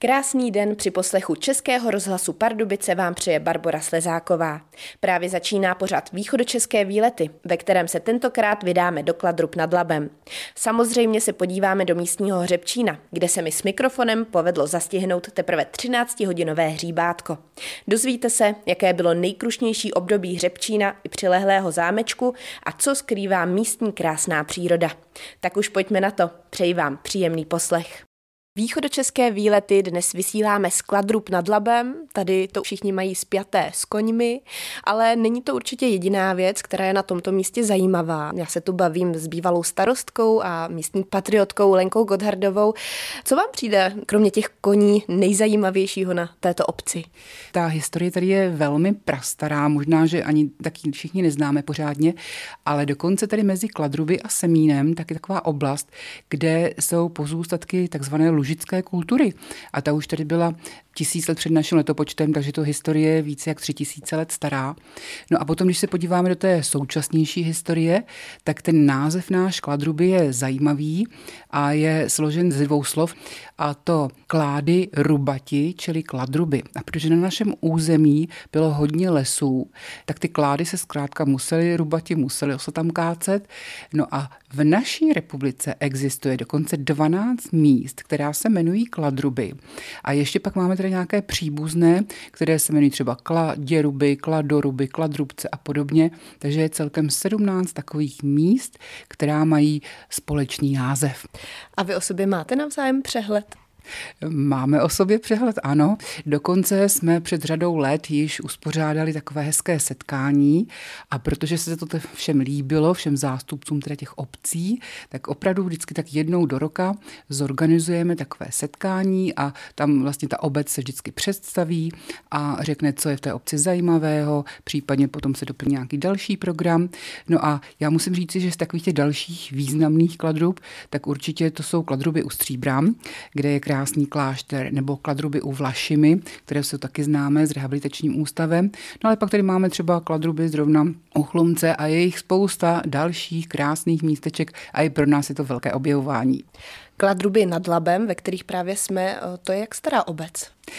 Krásný den při poslechu Českého rozhlasu Pardubice vám přeje Barbora Slezáková. Právě začíná pořad Východočeské výlety, ve kterém se tentokrát vydáme do Kladrub nad Labem. Samozřejmě se podíváme do místního hřebčína, kde se mi s mikrofonem povedlo zastihnout teprve 13hodinové hříbátko. Dozvíte se, jaké bylo nejkrušnější období hřebčína i přilehlého zámečku a co skrývá místní krásná příroda. Tak už pojďme na to, přeji vám příjemný poslech. Východočeské výlety dnes vysíláme z Kladrub nad Labem, tady to všichni mají spjaté s koňmi, ale není to určitě jediná věc, která je na tomto místě zajímavá. Já se tu bavím s bývalou starostkou a místní patriotkou Lenkou Gotthardovou. Co vám přijde, kromě těch koní, nejzajímavějšího na této obci? Ta historie tady je velmi prastará, možná, že ani taky všichni neznáme pořádně, ale dokonce tady mezi Kladruby a Semínem tak je taková oblast, kde jsou pozůstatky takzvané lužické kultury. A ta už tady byla 1000 let před naším letopočtem, takže to historie je více jak 3000 let stará. No a potom, když se podíváme do té současnější historie, tak ten název náš Kladruby je zajímavý a je složen ze 2 slov, a to klády rubati, čili Kladruby. A protože na našem území bylo hodně lesů, tak ty klády se zkrátka museli se tam kácet. No a v naší republice existuje dokonce 12 míst, která se jmenují Kladruby. A ještě pak máme tady nějaké příbuzné, které se jmenují třeba Kladěruby, Kladoruby, Kladrubce a podobně. Takže je celkem 17 takových míst, která mají společný název. A vy o sobě máte navzájem přehled? Máme o sobě přehled, ano. Dokonce jsme před řadou let již uspořádali takové hezké setkání a protože se to všem líbilo, všem zástupcům teda těch obcí, tak opravdu vždycky tak jednou do roka zorganizujeme takové setkání a tam vlastně ta obec se vždycky představí a řekne, co je v té obci zajímavého, případně potom se doplní nějaký další program. No a já musím říct, že z takových těch dalších významných Kladrub, tak určitě to jsou Kladruby u Stříbram, kde je krásný klášter, nebo Kladruby u Vlašimi, které jsou taky známé s rehabilitačním ústavem. No ale pak tady máme třeba Kladruby zrovna u Chlumce a je jich spousta dalších krásných místeček a i pro nás je to velké objevování. Kladruby nad Labem, ve kterých právě jsme, to je jak stará obec?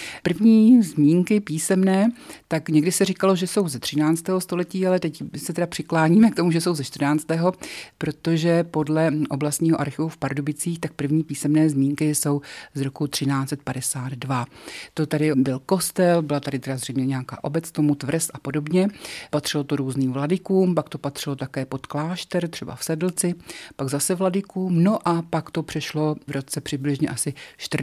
První zmínky písemné, tak někdy se říkalo, že jsou ze 13. století, ale teď se teda přikláníme k tomu, že jsou ze 14. protože podle oblastního archivu v Pardubicích tak první písemné zmínky jsou z roku 1352. To tady byl kostel, byla tady teda zřejmě nějaká obec, tomu tvrz a podobně. Patřilo to různým vladykům, pak to patřilo také pod klášter, třeba v Sedlci, pak zase vladykům, no a pak to přešlo v roce přibližně asi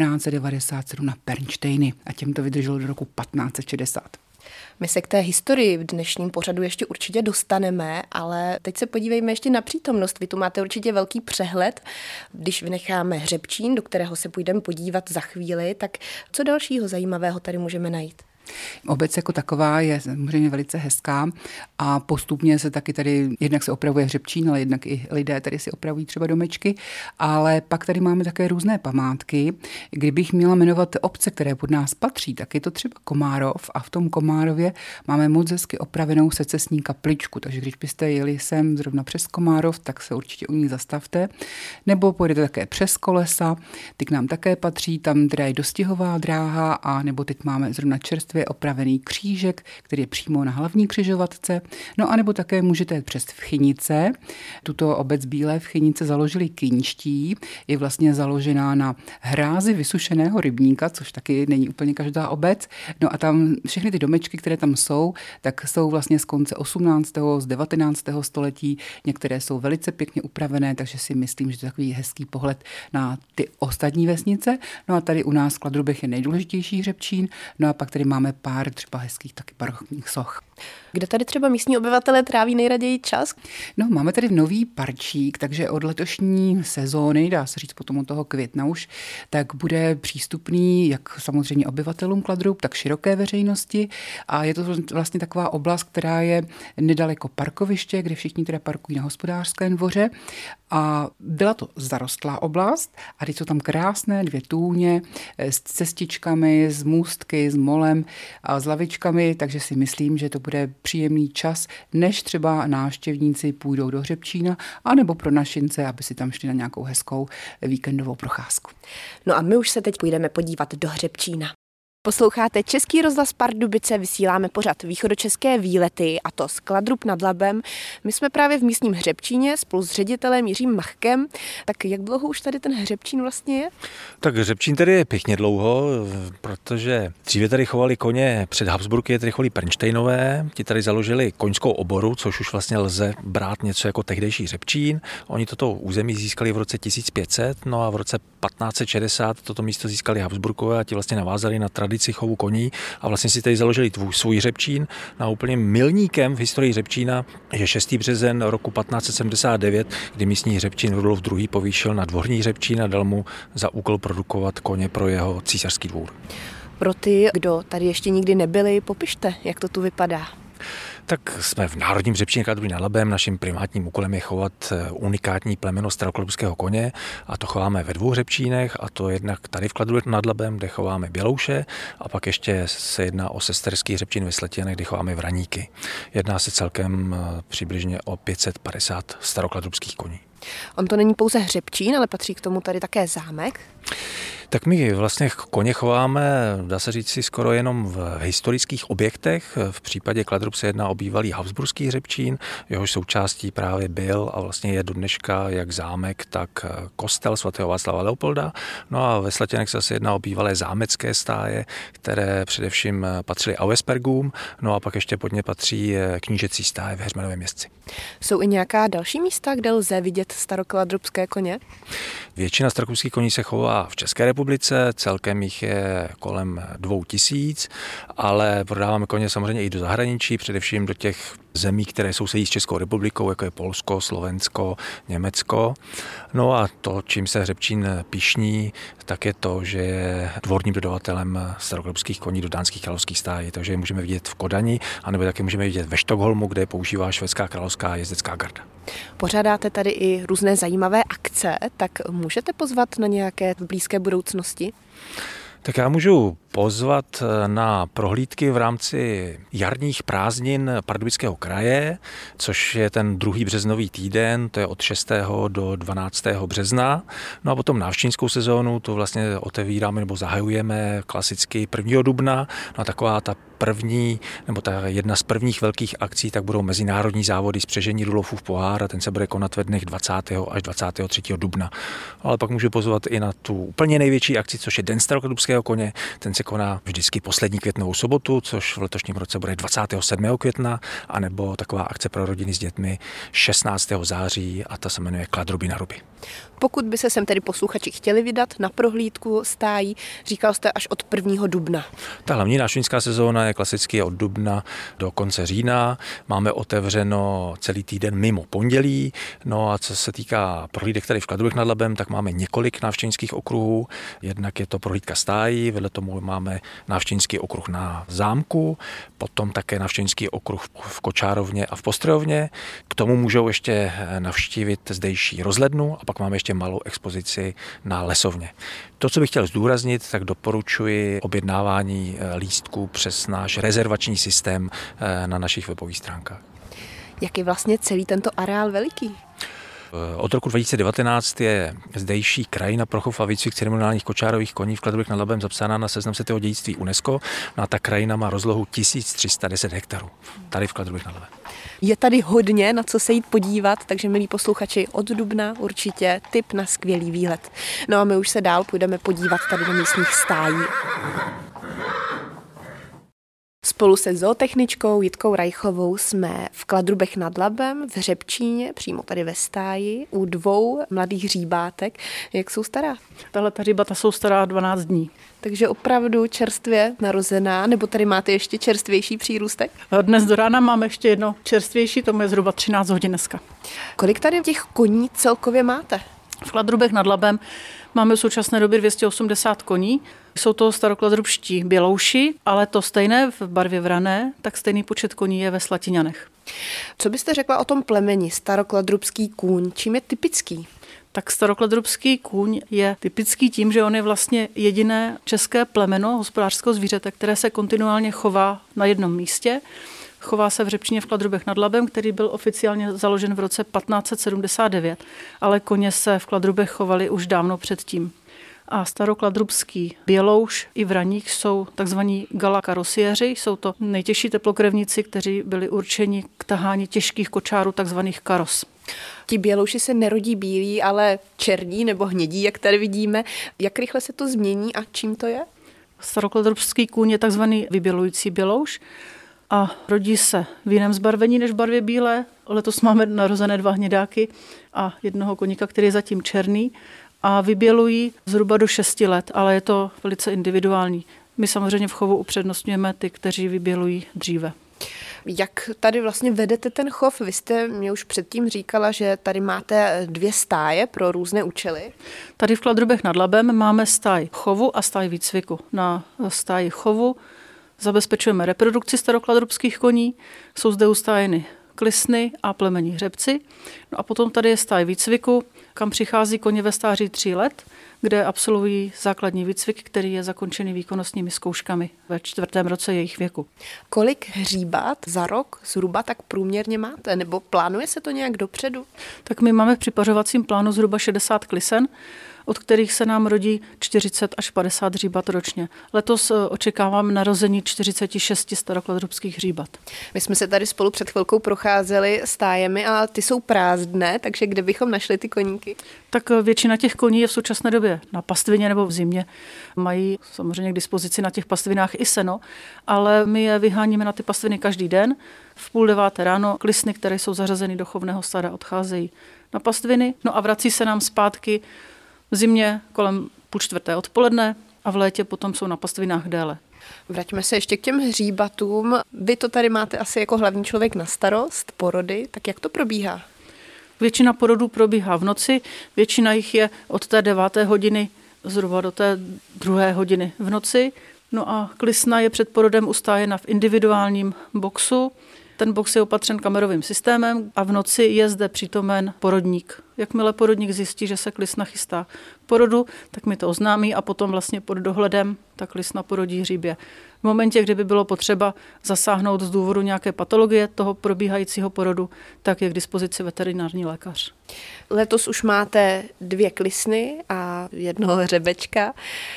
1497 na Pernštejny a těm to vydrželo do roku 1560. My se k té historii v dnešním pořadu ještě určitě dostaneme, ale teď se podívejme ještě na přítomnost. Vy tu máte určitě velký přehled. Když vynecháme hřebčín, do kterého se půjdeme podívat za chvíli, tak co dalšího zajímavého tady můžeme najít? Obec jako taková je samozřejmě velice hezká a postupně se taky tady, jednak se opravuje hřebčín, ale jednak i lidé tady si opravují třeba domečky, ale pak tady máme také různé památky. Kdybych měla jmenovat obce, které pod nás patří, tak je to třeba Komárov a v tom Komárově máme moc hezky opravenou secesní kapličku, takže když byste jeli sem zrovna přes Komárov, tak se určitě u ní zastavte, nebo pojedete také přes Kolesa, ty k nám také patří, tam teda je dostihová dráha a nebo teď máme zrovna čerstvě opravený křížek, který je přímo na hlavní křižovatce. No a nebo také můžete jít přes Vchynice. Tuto obec Bílé Vchynice založili Kinští. Je vlastně založená na hrázi vysušeného rybníka, což taky není úplně každá obec. No a tam všechny ty domečky, které tam jsou, tak jsou vlastně z konce 18. z 19. století. Některé jsou velice pěkně upravené, takže si myslím, že to je takový hezký pohled na ty ostatní vesnice. No a tady u nás v Kladrubech je nejdůležitější hřebčín. No a pak tady máme pár třeba hezkých taky barokních soch. Kde tady třeba místní obyvatelé tráví nejraději čas? No, máme tady nový parčík, takže od letošní sezóny, dá se říct potom od toho května už, tak bude přístupný jak samozřejmě obyvatelům Kladrub, tak široké veřejnosti a je to vlastně taková oblast, která je nedaleko parkoviště, kde všichni teda parkují na Hospodářském dvoře a byla to zarostlá oblast a teď jsou tam krásné 2 tůně s cestičkami, s můstky, s molem, a s lavičkami, takže si myslím, že to bude příjemný čas, než třeba návštěvníci půjdou do Hřebčína, anebo pro našince, aby si tam šli na nějakou hezkou víkendovou procházku. No a my už se teď půjdeme podívat do Hřebčína. Posloucháte Český rozhlas Pardubice, vysíláme pořad Východočeské výlety, a to z Kladrub nad Labem. My jsme právě v místním Hřebčíně spolu s ředitelem Jiřím Machkem. Tak jak dlouho už tady ten Hřebčín vlastně je? Tak Hřebčín tady je pěkně dlouho, protože dříve tady chovali koně před Habsburky, tady chovali Pernštejnové, ti tady založili koňskou oboru, což už vlastně lze brát něco jako tehdejší Hřebčín. Oni toto území získali v roce 1500, no a v roce 1560 toto místo získali Habsburkové a ti vlastně navázali na tradici chovu koní a vlastně si tady založili svůj Hřebčín. Na úplně milníkem v historii Hřebčína je 6. březen roku 1579, kdy místní Hřebčín Rudolf II. Povýšil na dvorní Hřebčín a dal mu za úkol produkovat koně pro jeho císařský dvůr. Pro ty, kdo tady ještě nikdy nebyli, popište, jak to tu vypadá. Tak jsme v Národním Hřebčíně Kladruby nad Labem. Naším primátním úkolem je chovat unikátní plemeno starokladrubského koně a to chováme ve 2 hřebčínech, a to jednak tady v Kladrubě nad Labem, kde chováme bělouše, a pak ještě se jedná o sesterský hřebčín ve Sletěnech, kde chováme vraníky. Jedná se celkem přibližně o 550 starokladrubských koní. On to není pouze Hřebčín, ale patří k tomu tady také zámek. Tak my vlastně koně chováme, dá se říct si, skoro jenom v historických objektech. V případě Kladrub se jedná o bývalý habsburský Hřebčín, jehož součástí právě byl a vlastně je do dneška jak zámek, tak kostel svatého Václava Leopolda. No a ve Sletěnech se jedná o bývalé zámecké stáje, které především patřily Auerspergům, no a pak ještě pod ně patří knížecí stáje v Heřmanově Městci. Jsou i nějaká další místa, kde lze vidět starokladrubské koně? Většina starokladrubských koní se chová v České republice, celkem jich je kolem 2000, ale prodáváme koně samozřejmě i do zahraničí, především do těch zemí, které sousedí s Českou republikou, jako je Polsko, Slovensko, Německo. No a to, čím se Hřebčín pyšní, tak je to, že je dvorním dodavatelem starokladrubských koní do dánských královských stájí, takže je můžeme vidět v Kodani, anebo také můžeme vidět ve Stockholmu, kde používá švédská královská jezdecká garda. Pořádáte tady i různé zajímavé akce, tak můžete pozvat na nějaké v blízké budoucnosti? Tak já můžu pozvat na prohlídky v rámci jarních prázdnin Pardubického kraje, což je ten 2. březnový týden, to je od 6. do 12. března. No a potom návštěvnickou sezónu, to vlastně otevíráme nebo zahajujeme klasicky 1. dubna. No a taková ta první, nebo ta jedna z prvních velkých akcí, tak budou mezinárodní závody spřežení Rudolfův pohár a ten se bude konat ve dnech 20. až 23. dubna. Ale pak můžu pozvat i na tu úplně největší akci, což je Den starokladrubského koně. Ten se koná vždycky poslední květnovou sobotu, což v letošním roce bude 27. května, anebo taková akce pro rodiny s dětmi 16. září a ta se jmenuje Kladruby na ruby. Pokud by se sem tedy posluchači chtěli vydat na prohlídku stájí, říkal jste až od 1. dubna. Ta hlavní návštěvnická sezóna je klasicky od dubna do konce října. Máme otevřeno celý týden mimo pondělí. No a co se týká prohlídek tady v Kladrubech nad Labem, tak máme několik návštěvnických okruhů. Jednak je to prohlídka stájí, vedle tomu máme návštěvnický okruh na zámku, potom také návštěvnický okruh v Kočárovně a v Postrojovně. K tomu můžou ještě navštívit zdejší rozhlednu a pak máme ještě malou expozici na Lesovně. To, co bych chtěl zdůraznit, tak doporučuji objednávání lístků přes náš rezervační systém na našich webových stránkách. Jak je vlastně celý tento areál veliký? Od roku 2019 je zdejší krajina pro chov a výcvik ceremoniálních kočárových koní v Kladrubech nad Labem zapsána na seznam světového dědictví UNESCO. No a ta krajina má rozlohu 1310 hektarů. Tady v Kladrubech nad Labem. Je tady hodně na co se jít podívat, takže milí posluchači, od dubna určitě tip na skvělý výlet. No a my už se dál půjdeme podívat tady do místních stájí. Spolu se zootechničkou Jitkou Rajchovou jsme v Kladrubech nad Labem, v Hřebčíně, přímo tady ve stáji, u 2 mladých hříbátek. Jak jsou stará? Tahle hříbata jsou stará 12 dní. Takže opravdu čerstvě narozená, nebo tady máte ještě čerstvější přírůstek? Dnes do rána máme ještě jedno čerstvější, tomu je zhruba 13 hodin dneska. Kolik tady těch koní celkově máte? V Kladrubech nad Labem máme v současné době 280 koní. Jsou to starokladrubští bělouši, ale to stejné v barvě vrané, tak stejný počet koní je ve Slatěňanech. Co byste řekla o tom plemeni starokladrubský kůň? Čím je typický? Tak starokladrubský kůň je typický tím, že on je vlastně jediné české plemeno hospodářského zvířete, které se kontinuálně chová na jednom místě. Chová se v Řepčíně v Kladrubech nad Labem, který byl oficiálně založen v roce 1579, ale koně se v Kladrubech chovaly už dávno předtím. A starokladrubský bělouš i vraník jsou takzvaní galakarosieři, jsou to nejtěžší teplokrevníci, kteří byli určeni k tahání těžkých kočárů, takzvaných karos. Ti bělouši se nerodí bílí, ale černí nebo hnědí, jak tady vidíme. Jak rychle se to změní a čím to je? Starokladrubský kůň je takzvaný vybělující bělouš a rodí se v jiném zbarvení než v barvě bílé. Letos máme narozené 2 hnědáky a jednoho koníka, který je zatím černý. A vybělují zhruba do 6 let, ale je to velice individuální. My samozřejmě v chovu upřednostňujeme ty, kteří vybělují dříve. Jak tady vlastně vedete ten chov? Vy jste mě už předtím říkala, že tady máte 2 stáje pro různé účely. Tady v Kladrubech nad Labem máme stáj chovu a stáj výcviku. Na stáji chovu zabezpečujeme reprodukci starokladrubských koní, jsou zde ustájeny klisny a plemenní hřebci. No a potom tady je stáj výcviku, kam přichází koně ve stáří 3 let, kde absolvují základní výcvik, který je zakončený výkonnostními zkouškami ve 4. roce jejich věku. Kolik hříbat za rok zhruba tak průměrně máte? Nebo plánuje se to nějak dopředu? Tak my máme v připařovacím plánu zhruba 60 klisen, od kterých se nám rodí 40 až 50 hříbat ročně. Letos očekávám narození 46 starokladrubských hříbat. My jsme se tady spolu před chvilkou procházeli stájemi a ty jsou prázdné, takže kde bychom našli ty koníky? Tak většina těch koní je v současné době na pastvině nebo v zimě. Mají samozřejmě k dispozici na těch pastvinách i seno, ale my je vyháníme na ty pastviny každý den. V 8:30 ráno klisny, které jsou zařazeny do chovného stáda, odcházejí na pastviny, no a vrací se nám zpátky v zimě kolem 3:30 odpoledne a v létě potom jsou na pastvinách déle. Vraťme se ještě k těm hříbatům. Vy to tady máte asi jako hlavní člověk na starost, porody, tak jak to probíhá? Většina porodů probíhá v noci, většina jich je od té 9. hodiny zhruba do té 2. hodiny v noci. No a klisna je před porodem ustájena v individuálním boxu. Ten box je opatřen kamerovým systémem a v noci je zde přítomen porodník. Jakmile porodník zjistí, že se klisna chystá k porodu, tak mi to oznámí a potom vlastně pod dohledem ta klisna porodí hříbě. V momentě, kdy by bylo potřeba zasáhnout z důvodu nějaké patologie toho probíhajícího porodu, tak je k dispozici veterinární lékař. Letos už máte 2 klisny a 1 hřebečka.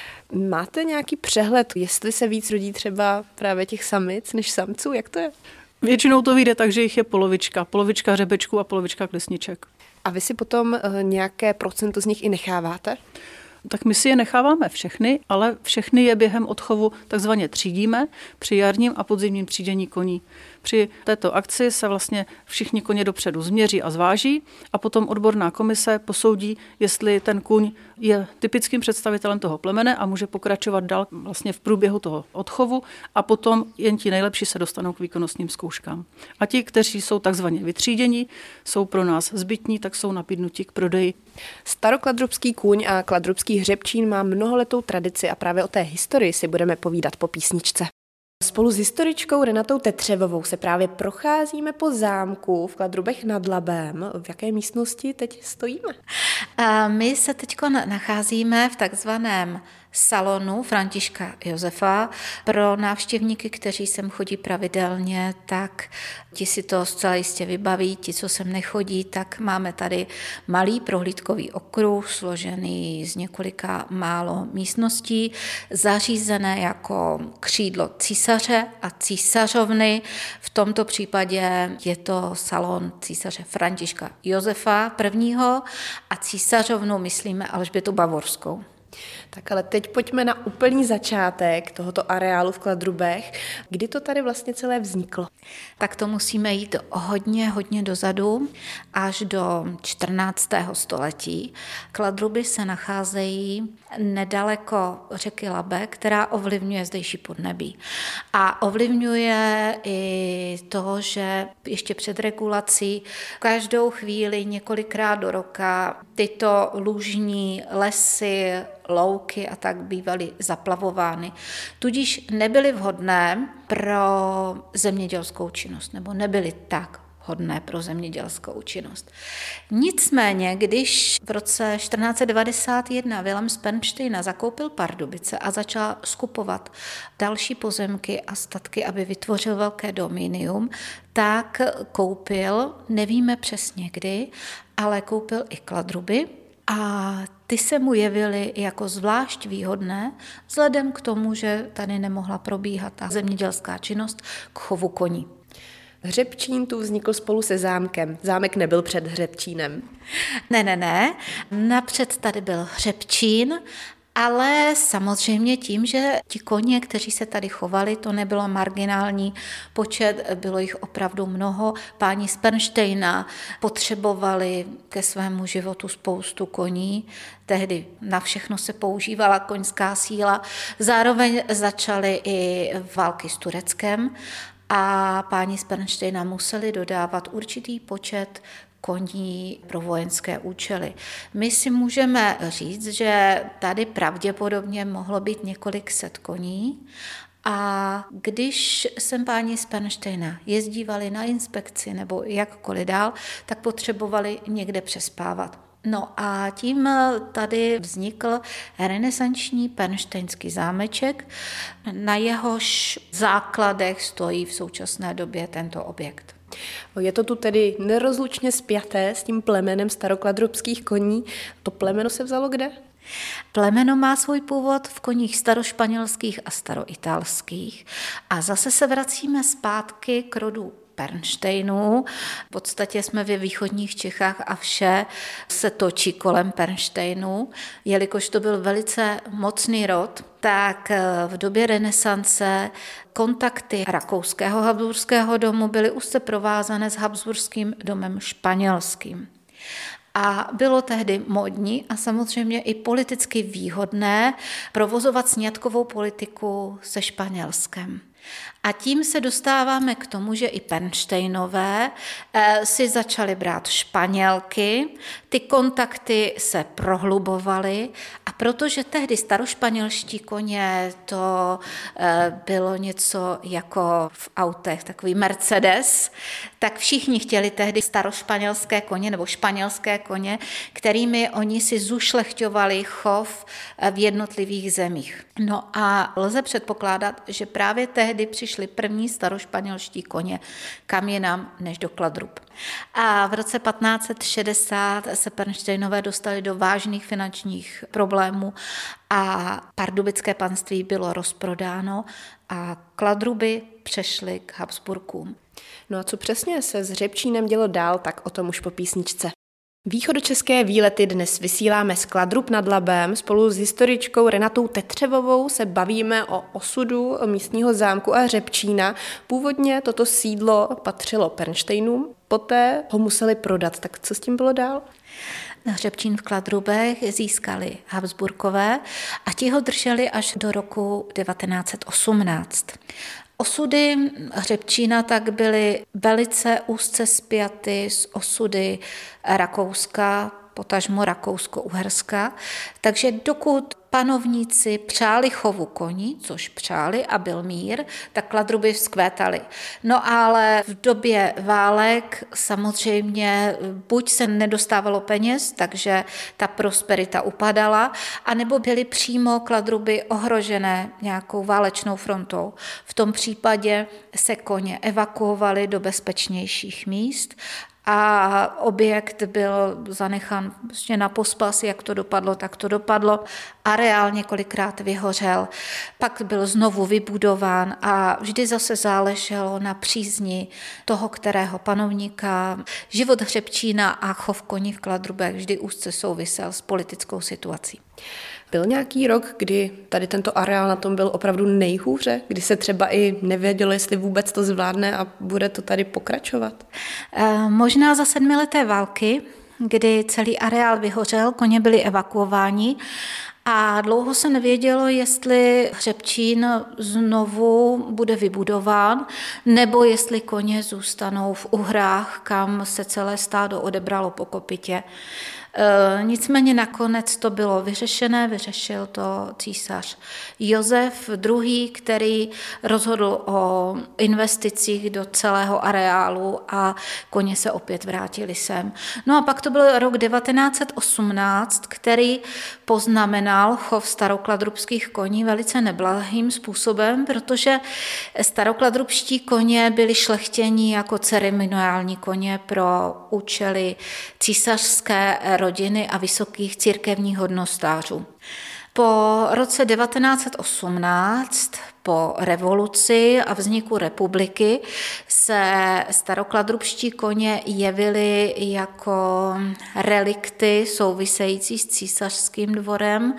Máte nějaký přehled, jestli se víc rodí třeba právě těch samic než samců? Jak to je? Většinou to vyjde tak, že jich je polovička. Polovička hřebečků a polovička klisniček. A vy si potom nějaké procento z nich i necháváte? Tak my si je necháváme všechny, ale všechny je během odchovu takzvaně třídíme při jarním a podzimním třídění koní. Při této akci se vlastně všichni koně dopředu změří a zváží a potom odborná komise posoudí, jestli ten kůň je typickým představitelem toho plemene a může pokračovat dál vlastně v průběhu toho odchovu a potom jen ti nejlepší se dostanou k výkonnostním zkouškám. A ti, kteří jsou takzvaně vytříděni, jsou pro nás zbytní, tak jsou nabídnuti k prodeji. Starokladrubský kůň a kladrubský hřebčín má mnoholetou tradici a právě o té historii si budeme povídat po písničce. Spolu s historičkou Renatou Tetřevovou se právě procházíme po zámku v Kladrubech nad Labem. V jaké místnosti teď stojíme? My se teď nacházíme v takzvaném salonu Františka Josefa. Pro návštěvníky, kteří sem chodí pravidelně, tak ti si to zcela jistě vybaví. Ti, co sem nechodí, tak máme tady malý prohlídkový okruh, složený z několika málo místností, zařízené jako křídlo císaře a císařovny. V tomto případě je to salon císaře Františka Josefa I. a císařovnu myslíme Alžbětu Bavorskou. Tak ale teď pojďme na úplný začátek tohoto areálu v Kladrubech. Kdy to tady vlastně celé vzniklo? Tak to musíme jít hodně dozadu, až do 14. století. Kladruby se nacházejí nedaleko řeky Labe, která ovlivňuje zdejší podnebí. A ovlivňuje i to, že ještě před regulací každou chvíli několikrát do roka tyto lužní lesy, louky a tak bývaly zaplavovány. Tudíž nebyly vhodné pro zemědělskou činnost, nebo nebyly tak hodné pro zemědělskou činnost. Nicméně, když v roce 1491 Vilém z Pernštejna zakoupil Pardubice a začal skupovat další pozemky a statky, aby vytvořil velké dominium, tak koupil, nevíme přesně kdy, ale koupil i Kladruby a ty se mu jevily jako zvlášť výhodné, vzhledem k tomu, že tady nemohla probíhat ta zemědělská činnost k chovu koní. Hřebčín tu vznikl spolu se zámkem. Zámek nebyl před Hřebčínem. Ne. Napřed tady byl Hřebčín, ale samozřejmě tím, že ti koně, kteří se tady chovali, to nebylo marginální počet, bylo jich opravdu mnoho. Páni z Pernštejna potřebovali ke svému životu spoustu koní. Tehdy na všechno se používala koňská síla. Zároveň začaly i války s Tureckem a páni z Pernštejna museli dodávat určitý počet koní pro vojenské účely. My si můžeme říct, že tady pravděpodobně mohlo být několik set koní a když sem páni z Pernštejna jezdívali na inspekci nebo jakkoliv dál, tak potřebovali někde přespávat. No a tím tady vznikl renesanční pernštejnský zámeček, na jehož základech stojí v současné době tento objekt. Je to tu tedy nerozlučně spjaté s tím plemenem starokladrubských koní. To plemeno se vzalo kde? Plemeno má svůj původ v koních starošpanělských a staroitalských a zase se vracíme zpátky k rodu Pernštejnů. V podstatě jsme ve východních Čechách a vše se točí kolem Pernštejnů. Jelikož to byl velice mocný rod, tak v době renesance kontakty rakouského habsburského domu byly úzce provázané s habsburským domem španělským. A bylo tehdy módní a samozřejmě i politicky výhodné provozovat sňatkovou politiku se Španělskem. A tím se dostáváme k tomu, že i Pernštejnové si začali brát Španělky, ty kontakty se prohlubovaly a protože tehdy starošpanělští koně to bylo něco jako v autech, takový Mercedes, tak všichni chtěli tehdy starošpanělské koně nebo španělské koně, kterými oni si zušlechťovali chov v jednotlivých zemích. No a lze předpokládat, že právě tehdy přišli první starošpanělští koně kam jinam než do Kladrub. A v roce 1560 se Pernštejnové dostali do vážných finančních problémů a pardubické panství bylo rozprodáno a Kladruby přešly k Habsburkům. No a co přesně se s Hřebčínem dělo dál, tak o tom už po písničce. Východočeské výlety dnes vysíláme z Kladrub nad Labem. Spolu s historičkou Renatou Tetřevovou se bavíme o osudu místního zámku a Hřebčína. Původně toto sídlo patřilo Pernštejnům, poté ho museli prodat. Tak co s tím bylo dál? Hřebčín v Kladrubech získali Habsburkové a ti ho drželi až do roku 1918. Osudy Hřebčína tak byly velice úzce spjaty s osudy Rakouska, potažmo Rakousko-Uherska, takže dokud panovníci přáli chovu koní, což přáli a byl mír, tak Kladruby vzkvétaly. No ale v době válek samozřejmě buď se nedostávalo peněz, takže ta prosperita upadala, anebo byly přímo Kladruby ohrožené nějakou válečnou frontou. V tom případě se koně evakuovaly do bezpečnějších míst a objekt byl zanechán vlastně na pospas, jak to dopadlo, tak to dopadlo. Areál několikrát vyhořel, pak byl znovu vybudován a vždy zase záleželo na přízni toho, kterého panovníka. Život Hřebčína a chov koní v Kladrubech vždy úzce souvisel s politickou situací. Byl nějaký rok, kdy tady tento areál na tom byl opravdu nejhůře, kdy se třeba i nevědělo, jestli vůbec to zvládne a bude to tady pokračovat? Možná za 7leté války, kdy celý areál vyhořel, koně byli evakuováni a dlouho se nevědělo, jestli Hřebčín znovu bude vybudován, nebo jestli koně zůstanou v Uhrách, kam se celé stádo odebralo po kopytě. Nicméně nakonec to bylo vyřešené, vyřešil to císař Josef II., který rozhodl o investicích do celého areálu a koně se opět vrátili sem. No a pak to byl rok 1918, který poznamenal chov starokladrubských koní velice neblahým způsobem, protože starokladrubští koně byli šlechtěni jako ceremoniální koně pro účely císařské rodiny a vysokých církevních hodnostářů. Po roce 1918, po revoluci a vzniku republiky, se starokladrubští koně jevily jako relikty související s císařským dvorem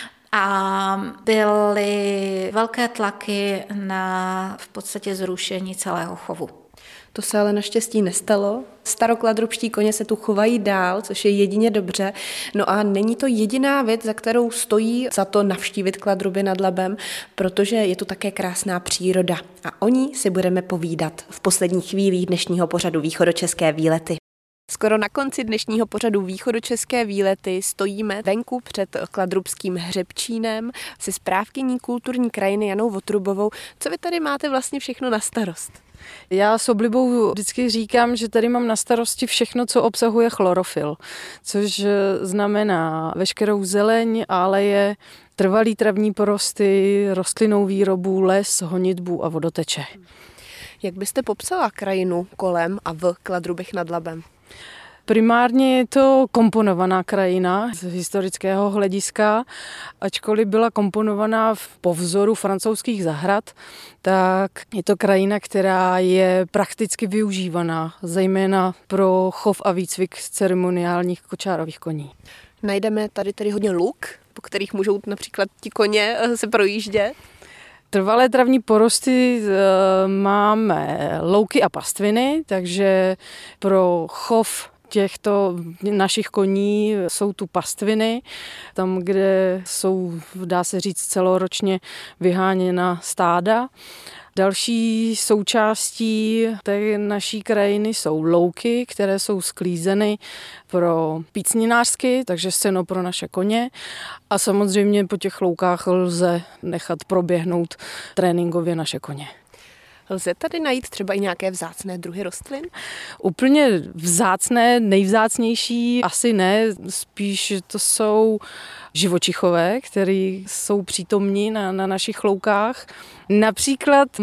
a byly velké tlaky na v podstatě zrušení celého chovu. To se ale naštěstí nestalo. Starokladrubští koně se tu chovají dál, což je jedině dobře. No a není to jediná věc, za kterou stojí za to navštívit Kladruby nad Labem, protože je tu také krásná příroda. A o ní si budeme povídat v posledních chvílích dnešního pořadu Východočeské výlety. Skoro na konci dnešního pořadu Východočeské výlety stojíme venku před Kladrubským hřebčínem se správkyní kulturní krajiny Janou Votrubovou. Co vy tady máte vlastně všechno na starost? Já s oblibou vždycky říkám, že tady mám na starosti všechno, co obsahuje chlorofyl, což znamená veškerou zeleň, aleje, trvalý travní porosty, rostlinnou výrobu, les, honitbu a vodoteče. Jak byste popsala krajinu kolem a v Kladrubech nad Labem? Primárně je to komponovaná krajina z historického hlediska, ačkoliv byla komponovaná po vzoru francouzských zahrad, tak je to krajina, která je prakticky využívaná, zejména pro chov a výcvik ceremoniálních kočárových koní. Najdeme tady tedy hodně luk, po kterých můžou například ti koně se projíždět. Trvalé travní porosty máme louky a pastviny, takže pro chov těchto našich koní jsou tu pastviny, tam, kde jsou, dá se říct, celoročně vyháněna stáda. Další součástí té naší krajiny jsou louky, které jsou sklízeny pro pícninářsky, takže seno pro naše koně. A samozřejmě po těch loukách lze nechat proběhnout tréninkově naše koně. Lze tady najít třeba i nějaké vzácné druhy rostlin? Úplně vzácné, nejvzácnější asi ne, spíš to jsou živočichové, které jsou přítomní na našich loukách. Například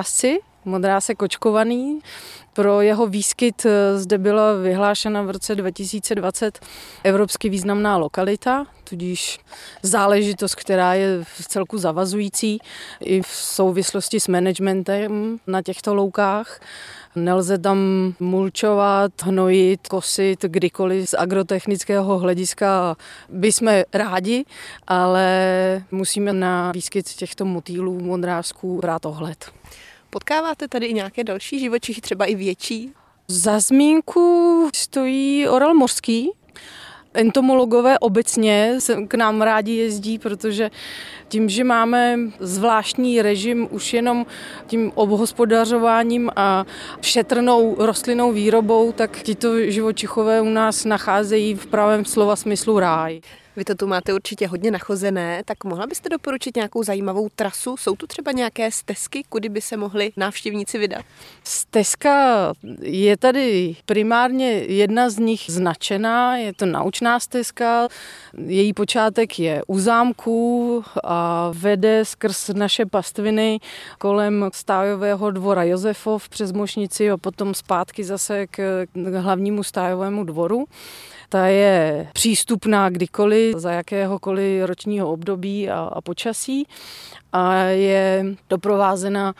modrásek kočkovaný. Pro jeho výskyt zde byla vyhlášena v roce 2020 evropsky významná lokalita, tudíž záležitost, která je v celku zavazující i v souvislosti s managementem na těchto loukách. Nelze tam mulčovat, hnojit, kosit kdykoliv z agrotechnického hlediska. Bychom rádi, ale musíme na výskyt těchto motýlů, modrázků brát ohled. Potkáváte tady i nějaké další živočichy, třeba i větší? Za zmínku stojí orel mořský. Entomologové obecně k nám rádi jezdí, protože tím, že máme zvláštní režim už jenom tím obhospodařováním a šetrnou rostlinnou výrobou, tak tito živočichové u nás nacházejí v pravém slova smyslu ráj. Vy to tu máte určitě hodně nachozené, tak mohla byste doporučit nějakou zajímavou trasu? Jsou tu třeba nějaké stezky, kudy by se mohli návštěvníci vydat? Stezka je tady primárně jedna z nich značená, je to naučná stezka. Její počátek je u zámku a vede skrz naše pastviny kolem stájového dvora Josefov přes Mošnici a potom zpátky zase k hlavnímu stájovému dvoru. Ta je přístupná kdykoliv, za jakéhokoliv ročního období a počasí a je doprovázena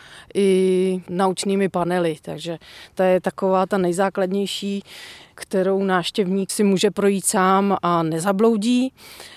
i naučnými panely, takže ta je taková ta nejzákladnější, kterou návštěvník si může projít sám a nezabloudí.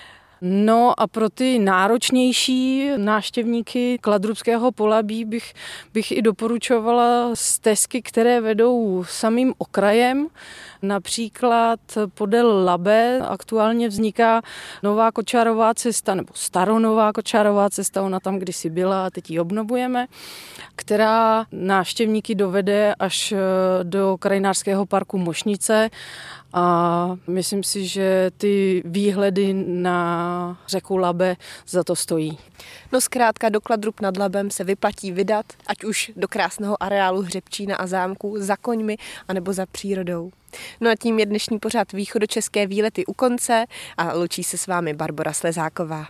No a pro ty náročnější návštěvníky Kladrubského Polabí bych i doporučovala stezky, které vedou samým okrajem Například podél Labe aktuálně vzniká nová kočárová cesta, nebo staronová kočárová cesta, ona tam kdysi byla a teď ji obnovujeme, která návštěvníky dovede až do krajinářského parku Mošnice a myslím si, že ty výhledy na řeku Labe za to stojí. No zkrátka do Kladrub nad Labem se vyplatí vydat, ať už do krásného areálu Hřebčína a zámku za koňmi, anebo za přírodou. No a tím je dnešní pořad Východočeské výlety u konce a loučí se s vámi Barbora Slezáková.